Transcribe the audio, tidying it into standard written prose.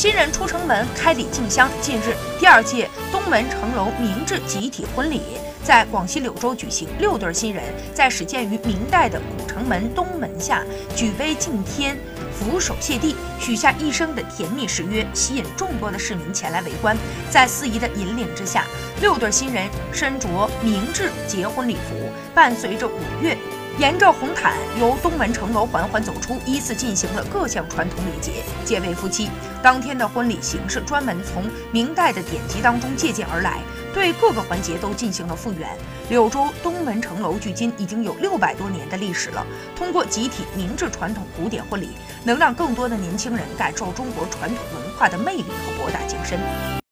新人出城门，开礼进香。近日，第2届东门城楼明制集体婚礼在广西柳州举行，6对新人在始建于明代的古城门东门下举杯敬天，俯首谢地，许下一生的甜蜜誓约，吸引众多的市民前来围观。在司仪的引领之下，6对新人身着明制结婚礼服，伴随着舞乐，沿着红毯由东门城楼缓缓走出，依次进行了各项传统礼节，结为夫妻。当天的婚礼形式专门从明代的典籍当中借鉴而来，对各个环节都进行了复原。柳州东门城楼距今已经有600多年的历史了，通过集体明制传统古典婚礼，能让更多的年轻人感受中国传统文化的魅力和博大精深。